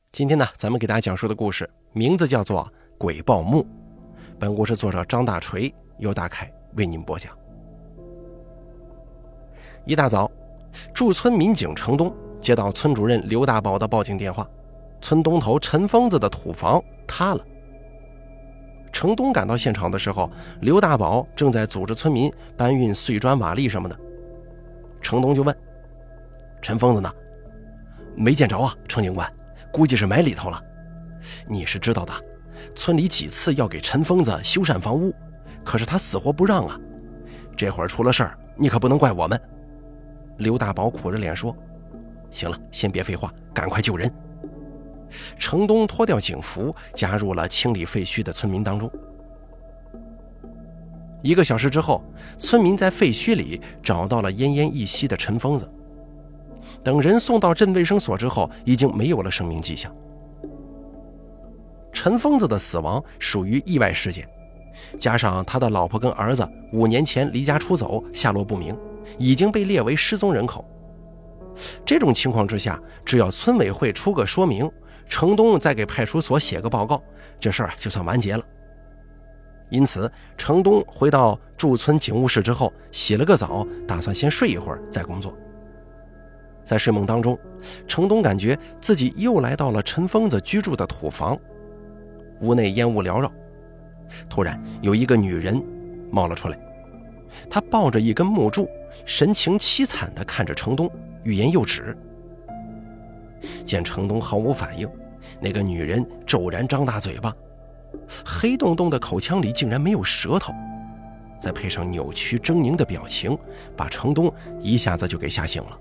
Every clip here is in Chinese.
今天呢，咱们给大家讲述的故事名字叫做《鬼报墓》。本故事作者张大锤由大凯为您播讲。一大早，驻村民警程东接到村主任刘大宝的报警电话，村东头陈疯子的土房塌了。程东赶到现场的时候，刘大宝正在组织村民搬运碎砖瓦砾什么的。程东就问：陈疯子呢？没见着啊，程警官，估计是埋里头了。你是知道的，村里几次要给陈疯子修缮房屋，可是他死活不让啊。这会儿出了事儿，你可不能怪我们。刘大宝苦着脸说：行了，先别废话，赶快救人。程东脱掉警服，加入了清理废墟的村民当中。1个小时之后，村民在废墟里找到了奄奄一息的陈疯子。等人送到镇卫生所之后，已经没有了生命迹象。陈疯子的死亡属于意外事件，加上他的老婆跟儿子5年前离家出走，下落不明，已经被列为失踪人口。这种情况之下，只要村委会出个说明，程东再给派出所写个报告，这事儿就算完结了。因此，程东回到驻村警务室之后，洗了个澡，打算先睡一会儿再工作。在睡梦当中，程东感觉自己又来到了陈疯子居住的土房，屋内烟雾缭绕。突然有一个女人冒了出来，她抱着一根木柱，神情凄惨地看着程东，欲言又止。见程东毫无反应，那个女人骤然张大嘴巴，黑洞洞的口腔里竟然没有舌头，再配上扭曲狰狞的表情，把程东一下子就给吓醒了。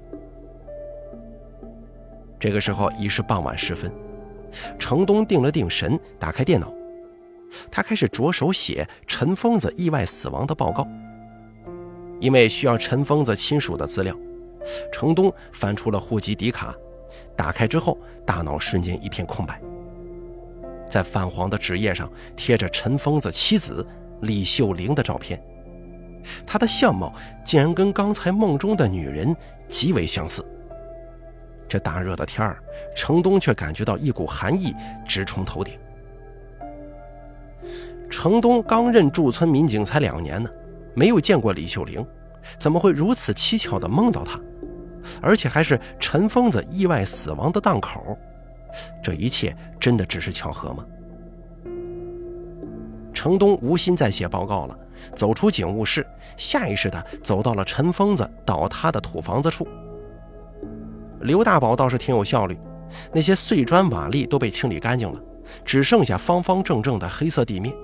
这个时候已是傍晚时分，程东定了定神，打开电脑，他开始着手写陈疯子意外死亡的报告。因为需要陈疯子亲属的资料，程东翻出了户籍底卡，打开之后，大脑瞬间一片空白。在泛黄的纸页上贴着陈疯子妻子李秀玲的照片，她的相貌竟然跟刚才梦中的女人极为相似。这大热的天儿，程东却感觉到一股寒意直冲头顶。程东刚任驻村民警才2年呢，没有见过李秀玲，怎么会如此蹊跷地梦到她？而且还是陈疯子意外死亡的档口，这一切真的只是巧合吗？程东无心再写报告了，走出警务室，下意识地走到了陈疯子倒塌的土房子处。刘大宝倒是挺有效率，那些碎砖瓦砾都被清理干净了，只剩下方方正正的黑色地面。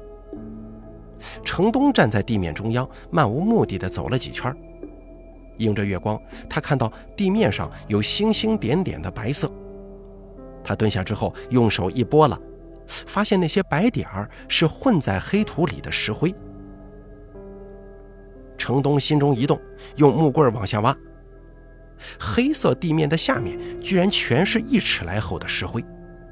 程东站在地面中央，漫无目的地走了几圈，映着月光，他看到地面上有星星点点的白色。他蹲下之后，用手一拨了，发现那些白点儿是混在黑土里的石灰。程东心中一动，用木棍往下挖，黑色地面的下面居然全是1尺来厚的石灰。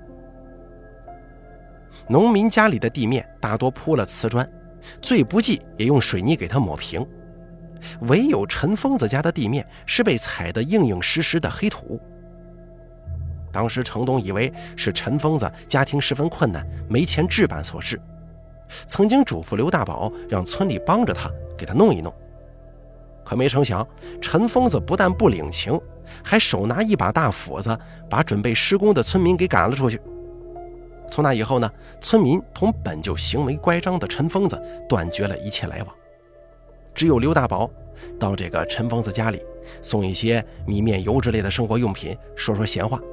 农民家里的地面大多铺了瓷砖，最不济也用水泥给它抹平，唯有陈疯子家的地面是被踩得硬硬实实的黑土。当时程东以为是陈疯子家庭十分困难，没钱置办所致，曾经嘱咐刘大宝让村里帮着他给他弄一弄。可没成想，陈疯子不但不领情，还手拿一把大斧子，把准备施工的村民给赶了出去。从那以后呢，村民同本就行为乖张的陈疯子断绝了一切来往，只有刘大宝到这个陈疯子家里送一些米面油之类的生活用品，说说闲话。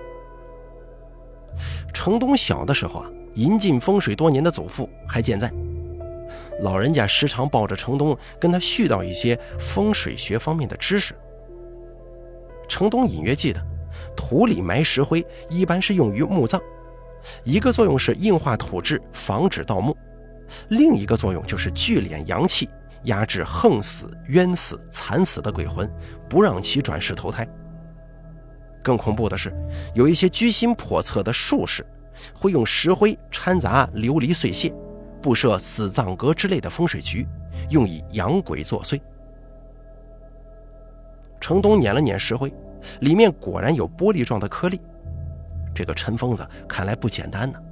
程东小的时候啊，引进风水多年的祖父还健在，老人家时常抱着程东跟他絮叨一些风水学方面的知识。程东隐约记得，土里埋石灰一般是用于墓葬，一个作用是硬化土质，防止盗墓，另一个作用就是聚敛阳气，压制横死、冤死、惨死的鬼魂，不让其转世投胎。更恐怖的是，有一些居心叵测的术士会用石灰掺杂琉璃碎屑，布设死葬阁之类的风水局，用以养鬼作祟。程东捻了捻石灰，里面果然有玻璃状的颗粒。 这个陈疯子看来不简单呢。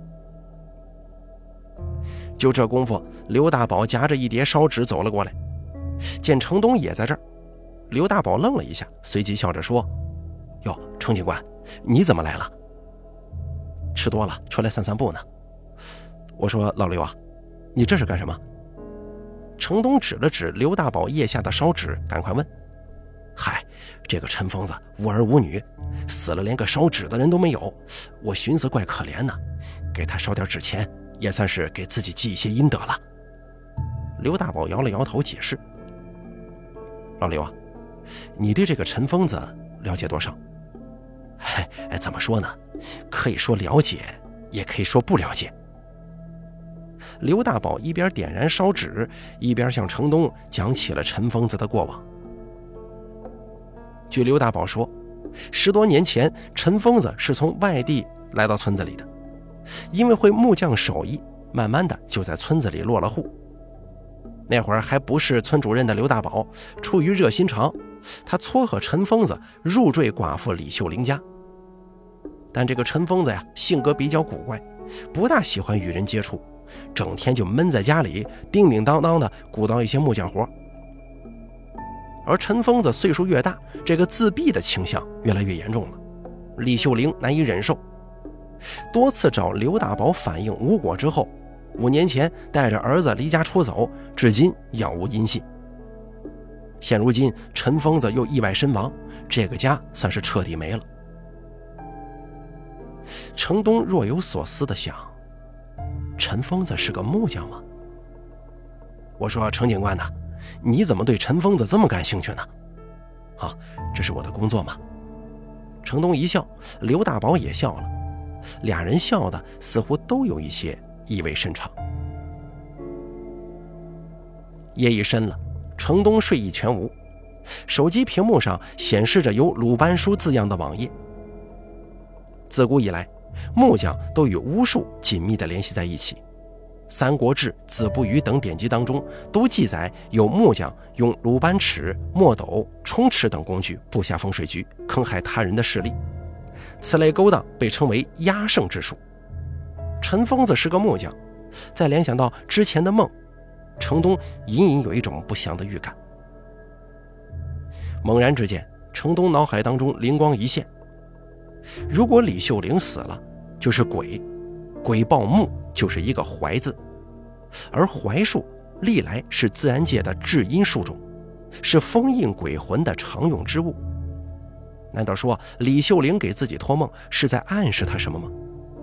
就这功夫，刘大宝夹着一叠烧纸走了过来，见程东也在这儿，刘大宝愣了一下，随即笑着说：“哟，程警官，你怎么来了？”“吃多了，出来散散步呢。”我说：“老刘啊，你这是干什么？”程东指了指刘大宝腋下的烧纸，赶快问：“嗨，这个陈疯子无儿无女，死了连个烧纸的人都没有，我寻思怪可怜呢，给他烧点纸钱，也算是给自己积一些阴德了。”刘大宝摇了摇头解释：“老刘啊，你对这个陈疯子了解多少？”“怎么说呢，可以说了解，也可以说不了解。”刘大宝一边点燃烧纸，一边向程东讲起了陈疯子的过往。据刘大宝说，10多年前陈疯子是从外地来到村子里的，因为会木匠手艺，慢慢的就在村子里落了户。那会儿还不是村主任的刘大宝，出于热心肠，他撮合陈疯子入赘寡妇李秀玲家。但这个陈疯子呀，性格比较古怪，不大喜欢与人接触，整天就闷在家里，叮叮当当的鼓捣一些木匠活。而陈疯子岁数越大，这个自闭的倾向越来越严重了，李秀玲难以忍受，多次找刘大宝反映无果之后，5年前带着儿子离家出走，至今杳无音信。现如今陈疯子又意外身亡，这个家算是彻底没了。程东若有所思地想，陈疯子是个木匠吗？我说：“程警官呢，你怎么对陈疯子这么感兴趣呢？”“这是我的工作嘛。”程东一笑，刘大宝也笑了，俩人笑的似乎都有一些意味深长。夜已深了，程东睡意全无，手机屏幕上显示着有鲁班书字样的网页。自古以来，木匠都与巫术紧密地联系在一起，《三国志》《子不语》等典籍当中都记载有木匠用鲁班尺、墨斗、冲尺等工具布下风水局，坑害他人的势力。此类勾当被称为压胜之术。陈疯子是个木匠，再联想到之前的梦，程东隐隐有一种不祥的预感。猛然之间，程东脑海当中灵光一现，如果李秀玲死了就是鬼，鬼报木就是一个怀字，而怀术历来是自然界的至阴术种，是封印鬼魂的常用之物。难道说李秀玲给自己托梦是在暗示他什么吗？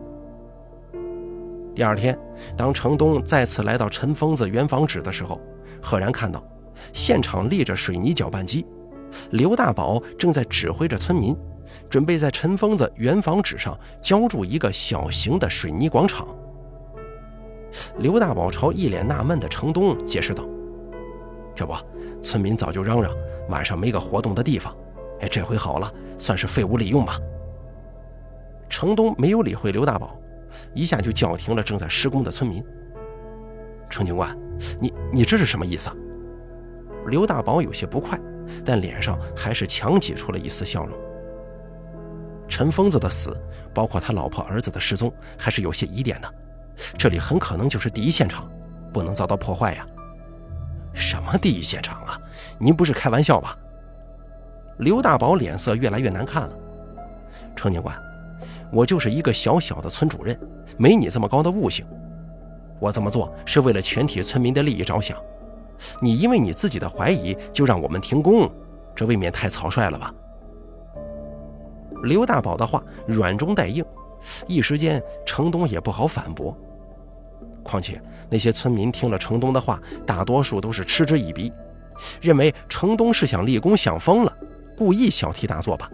第二天，当程东再次来到陈疯子原房址的时候，赫然看到现场立着水泥搅拌机，刘大宝正在指挥着村民，准备在陈疯子原房址上浇筑一个小型的水泥广场。刘大宝朝一脸纳闷的程东解释道：“这不，村民早就嚷嚷晚上没个活动的地方，这回好了，算是废物利用吧。”程东没有理会刘大宝，一下就叫停了正在施工的村民。“程警官，你这是什么意思啊？”刘大宝有些不快，但脸上还是强挤出了一丝笑容。陈疯子的死，包括他老婆儿子的失踪，还是有些疑点的，这里很可能就是第一现场，不能遭到破坏呀。“什么第一现场啊？您不是开玩笑吧？”刘大宝脸色越来越难看了。“程警官，我就是一个小小的村主任，没你这么高的悟性。我这么做是为了全体村民的利益着想，你因为你自己的怀疑就让我们停工，这未免太草率了吧？”刘大宝的话软中带硬，一时间程东也不好反驳。况且那些村民听了程东的话，大多数都是嗤之以鼻，认为程东是想立功想疯了，故意小题大做吧。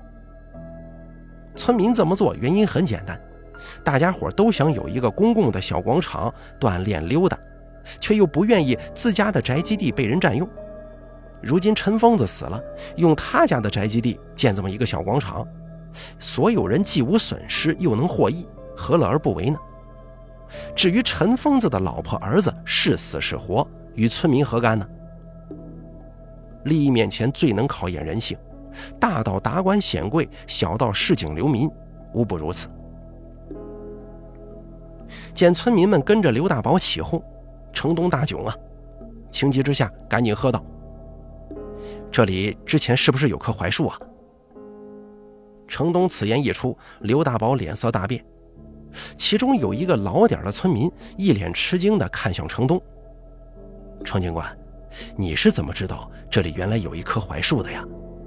村民这么做原因很简单，大家伙都想有一个公共的小广场锻炼溜达，却又不愿意自家的宅基地被人占用。如今陈疯子死了，用他家的宅基地建这么一个小广场，所有人既无损失又能获益，何乐而不为呢？至于陈疯子的老婆儿子是死是活，与村民何干呢？利益面前最能考验人性，大到达官显贵，小到市井流民， 无不如此。见村民们跟着刘大宝起哄，程东大窘啊，情急之下赶紧喝道：“这里之前是不是有棵槐树啊？”程东此言一出，刘大宝脸色大变，其中有一个老点的村民一脸吃惊地看向程东：“程警官，你是怎么知道这里原来有一棵槐树的呀？”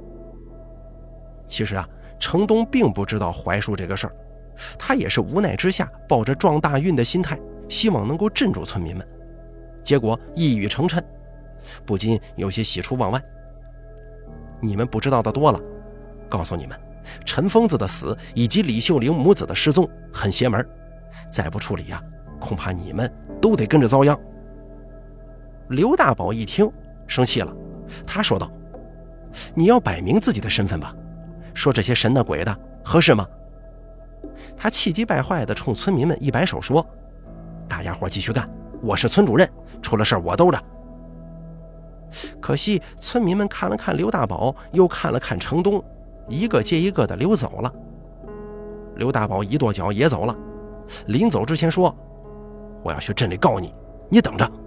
其实啊，程东并不知道槐树这个事儿，他也是无奈之下抱着撞大运的心态，希望能够镇住村民们，结果一语成谶，不禁有些喜出望外。你们不知道的多了，告诉你们，陈疯子的死以及李秀玲母子的失踪很邪门，再不处理呀，恐怕你们都得跟着遭殃。刘大宝一听生气了，他说道：“你要摆明自己的身份吧，说这些神的鬼的合适吗？”他气急败坏地冲村民们一摆手说：“大家伙继续干，我是村主任，出了事我兜着。”可惜村民们看了看刘大宝，又看了看程东，一个接一个的溜走了。刘大宝一跺脚也走了，临走之前说：“我要去镇里告你，你等着。”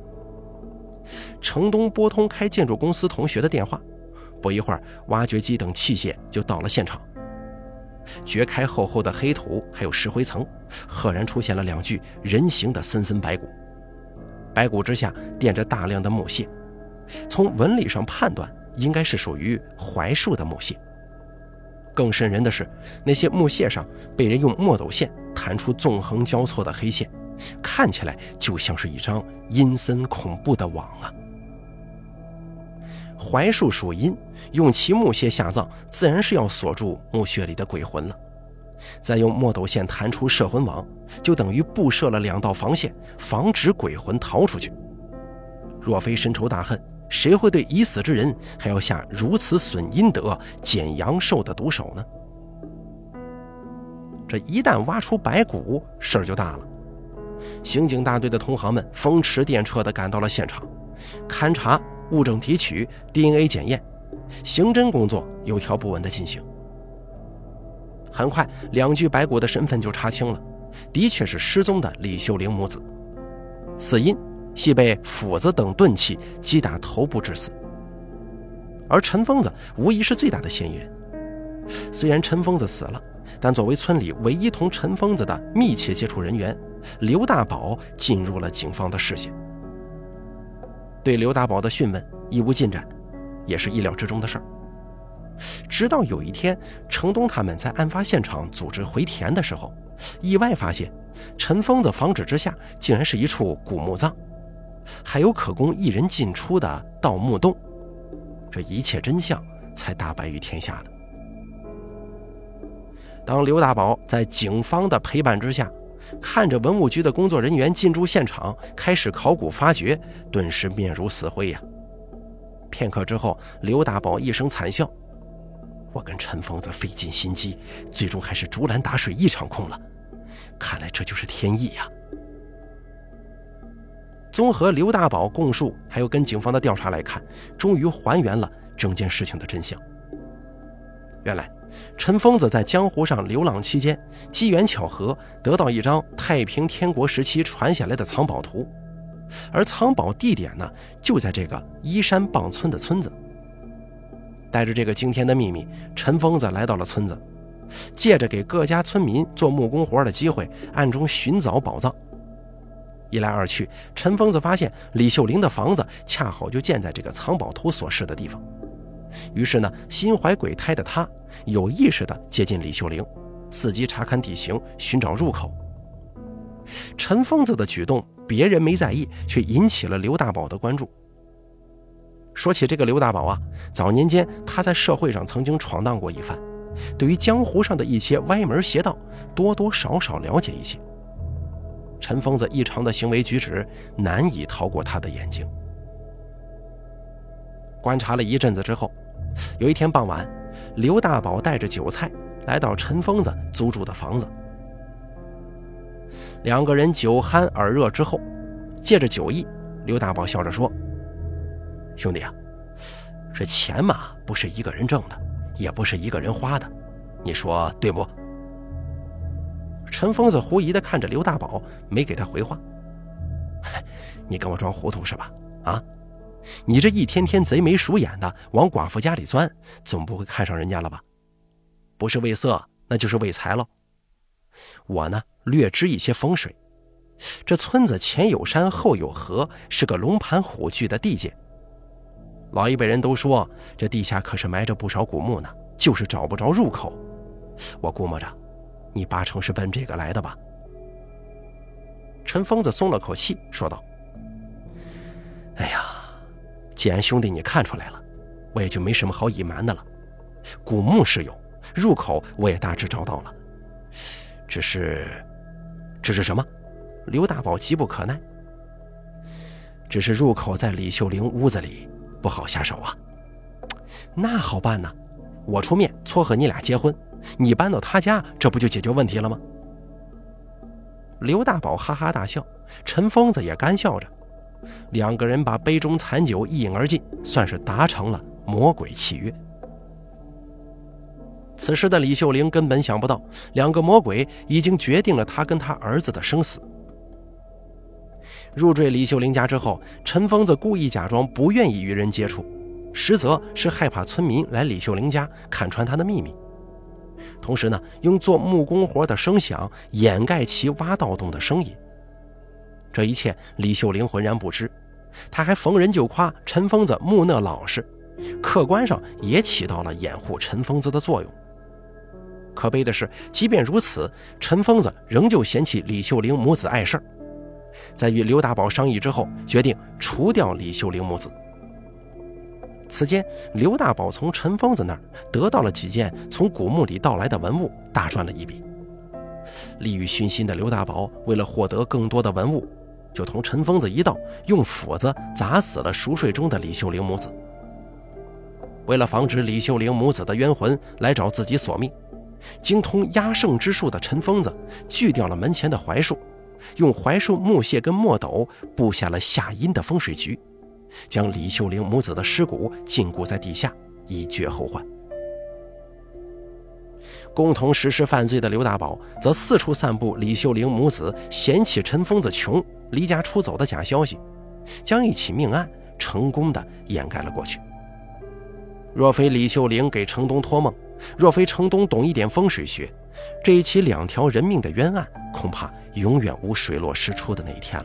程东拨通开建筑公司同学的电话，不一会儿，挖掘机等器械就到了现场。掘开厚厚的黑土还有石灰层，赫然出现了2具人形的森森白骨，白骨之下垫着大量的木屑，从纹理上判断应该是属于槐树的木屑。更瘆人的是，那些木屑上被人用墨斗线弹出纵横交错的黑线，看起来就像是一张阴森恐怖的网啊。槐树属阴，用其木屑下葬，自然是要锁住墓穴里的鬼魂了。再用墨斗线弹出摄魂网，就等于布设了2道防线，防止鬼魂逃出去。若非深仇大恨，谁会对已死之人还要下如此损阴德、减阳寿的毒手呢？这一旦挖出白骨，事儿就大了。刑警大队的同行们风驰电掣地赶到了现场，勘查、物证提取、DNA 检验，刑侦工作有条不紊地进行。很快，2具白骨的身份就查清了，的确是失踪的李秀玲母子，死因系被斧子等钝器击打头部致死。而陈疯子无疑是最大的嫌疑人。虽然陈疯子死了，但作为村里唯一同陈疯子的密切接触人员，刘大宝进入了警方的视线。对刘大宝的讯问亦无进展，也是意料之中的事儿。直到有一天，程东他们在案发现场组织回填的时候，意外发现陈疯子房址之下竟然是一处古墓葬，还有可供一人进出的盗墓洞。这一切真相才大白于天下的。当刘大宝在警方的陪伴之下，看着文物局的工作人员进驻现场，开始考古发掘，顿时面如死灰呀。片刻之后，刘大宝一声惨笑：“我跟陈疯子费尽心机，最终还是竹篮打水一场空了。看来这就是天意呀。”综合刘大宝供述，还有跟警方的调查来看，终于还原了整件事情的真相。原来陈疯子在江湖上流浪期间，机缘巧合得到一张太平天国时期传下来的藏宝图，而藏宝地点呢，就在这个依山傍村的村子。带着这个惊天的秘密，陈疯子来到了村子，借着给各家村民做木工活的机会，暗中寻找宝藏。一来二去，陈疯子发现李秀玲的房子恰好就建在这个藏宝图所示的地方。于是呢，心怀鬼胎的他有意识地接近李秀玲，伺机查看地形，寻找入口。陈疯子的举动别人没在意，却引起了刘大宝的关注。说起这个刘大宝啊，早年间他在社会上曾经闯荡过一番，对于江湖上的一些歪门邪道多多少少了解一些。陈疯子异常的行为举止难以逃过他的眼睛。观察了一阵子之后，有一天傍晚，刘大宝带着酒菜来到陈疯子租住的房子。2个人酒酣耳热之后，借着酒意，刘大宝笑着说：“兄弟啊，这钱嘛，不是一个人挣的，也不是一个人花的，你说对不？” 陈疯子狐疑地看着刘大宝，没给他回话。你跟我装糊涂是吧？啊，你这一天天贼眉鼠眼的往寡妇家里钻，总不会看上人家了吧？不是为色，那就是为财喽。我呢，略知一些风水，这村子前有山后有河，是个龙盘虎踞的地界。老一辈人都说，这地下可是埋着不少古墓呢，就是找不着入口。我估摸着你八成是奔这个来的吧。陈疯子松了口气说道，哎呀，既然兄弟你看出来了，我也就没什么好隐瞒的了。古墓是有，入口我也大致找到了，只是什么？刘大宝急不可耐。只是入口在李秀玲屋子里，不好下手啊。那好办呢，我出面撮合你俩结婚，你搬到他家，这不就解决问题了吗？刘大宝哈哈大笑，陈疯子也干笑着，两个人把杯中残酒一饮而尽，算是达成了魔鬼契约。此时的李秀玲根本想不到，两个魔鬼已经决定了他跟他儿子的生死。入赘李秀玲家之后，陈疯子故意假装不愿意与人接触，实则是害怕村民来李秀玲家看穿他的秘密。同时呢，用做木工活的声响掩盖其挖盗洞的声音。这一切李秀玲浑然不知，他还逢人就夸陈疯子木讷老实，客观上也起到了掩护陈疯子的作用。可悲的是，即便如此，陈疯子仍旧嫌弃李秀玲母子碍事儿，在与刘大宝商议之后，决定除掉李秀玲母子。此间，刘大宝从陈疯子那儿得到了几件从古墓里盗来的文物，大赚了一笔。利欲熏心的刘大宝为了获得更多的文物，就同陈疯子一道，用斧子砸死了熟睡中的李秀玲母子。为了防止李秀玲母子的冤魂来找自己索命，精通压胜之术的陈疯子锯掉了门前的槐树，用槐树木屑跟墨斗布下了下阴的风水局，将李秀玲母子的尸骨禁锢在地下，以绝后患。共同实施犯罪的刘大宝则四处散布李秀玲母子嫌弃陈疯子穷离家出走的假消息，将一起命案成功地掩盖了过去。若非李秀玲给程东托梦，若非程东懂一点风水学，这一起2条人命的冤案恐怕永远无水落石出的那一天了。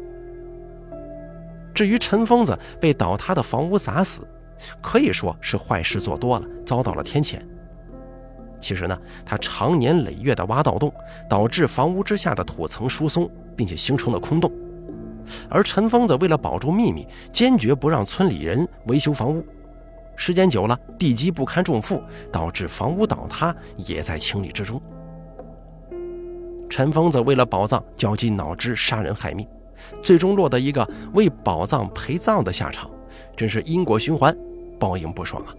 至于陈疯子被倒塌的房屋砸死，可以说是坏事做多了，遭到了天谴。其实呢，他长年累月的挖盗洞，导致房屋之下的土层疏松，并且形成了空洞。而陈疯子为了保住秘密，坚决不让村里人维修房屋，时间久了，地基不堪重负，导致房屋倒塌也在情理之中。陈疯子为了宝藏绞尽脑汁，杀人害命，最终落得一个为宝藏陪葬的下场，真是因果循环，报应不爽啊！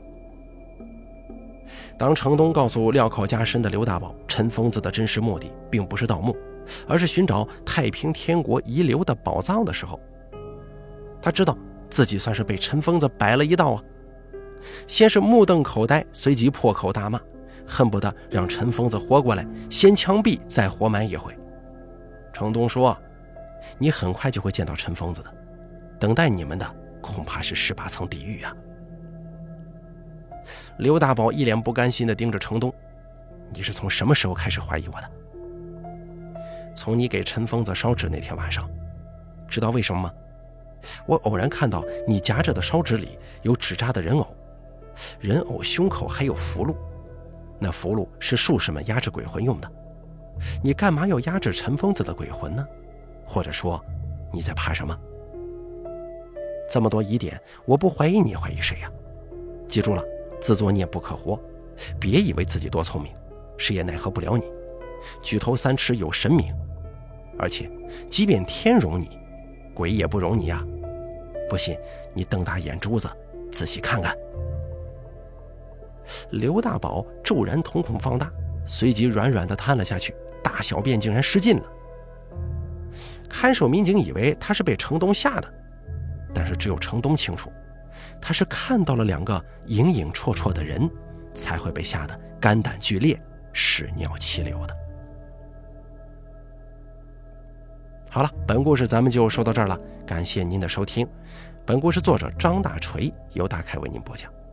当程东告诉镣铐加身的刘大宝，陈疯子的真实目的并不是盗墓，而是寻找太平天国遗留的宝藏的时候，他知道自己算是被陈疯子摆了一道啊！先是目瞪口呆，随即破口大骂，恨不得让陈疯子活过来，先枪毙再活埋一回。程东说，你很快就会见到陈疯子的，等待你们的恐怕是18层地狱啊！刘大宝一脸不甘心地盯着程东，你是从什么时候开始怀疑我的？从你给陈疯子烧纸那天晚上。知道为什么吗？我偶然看到你夹着的烧纸里有纸扎的人偶，人偶胸口还有符箓，那符箓是术士们压制鬼魂用的。你干嘛要压制陈疯子的鬼魂呢？或者说你在怕什么？这么多疑点，我不怀疑你，怀疑谁呀？记住了，自作孽不可活，别以为自己多聪明，谁也奈何不了你。举头三尺有神明，而且即便天容你，鬼也不容你呀！不信你瞪大眼珠子仔细看看。刘大宝骤然瞳孔放大，随即软软地瘫了下去，大小便竟然失禁了。看守民警以为他是被程东吓的，但是只有程东清楚，他是看到了2个影影绰绰的人，才会被吓得肝胆俱裂，屎尿齐流的。 好了，本故事咱们就说到这儿了，感谢您的收听。本故事作者张大锤由大凯为您播讲。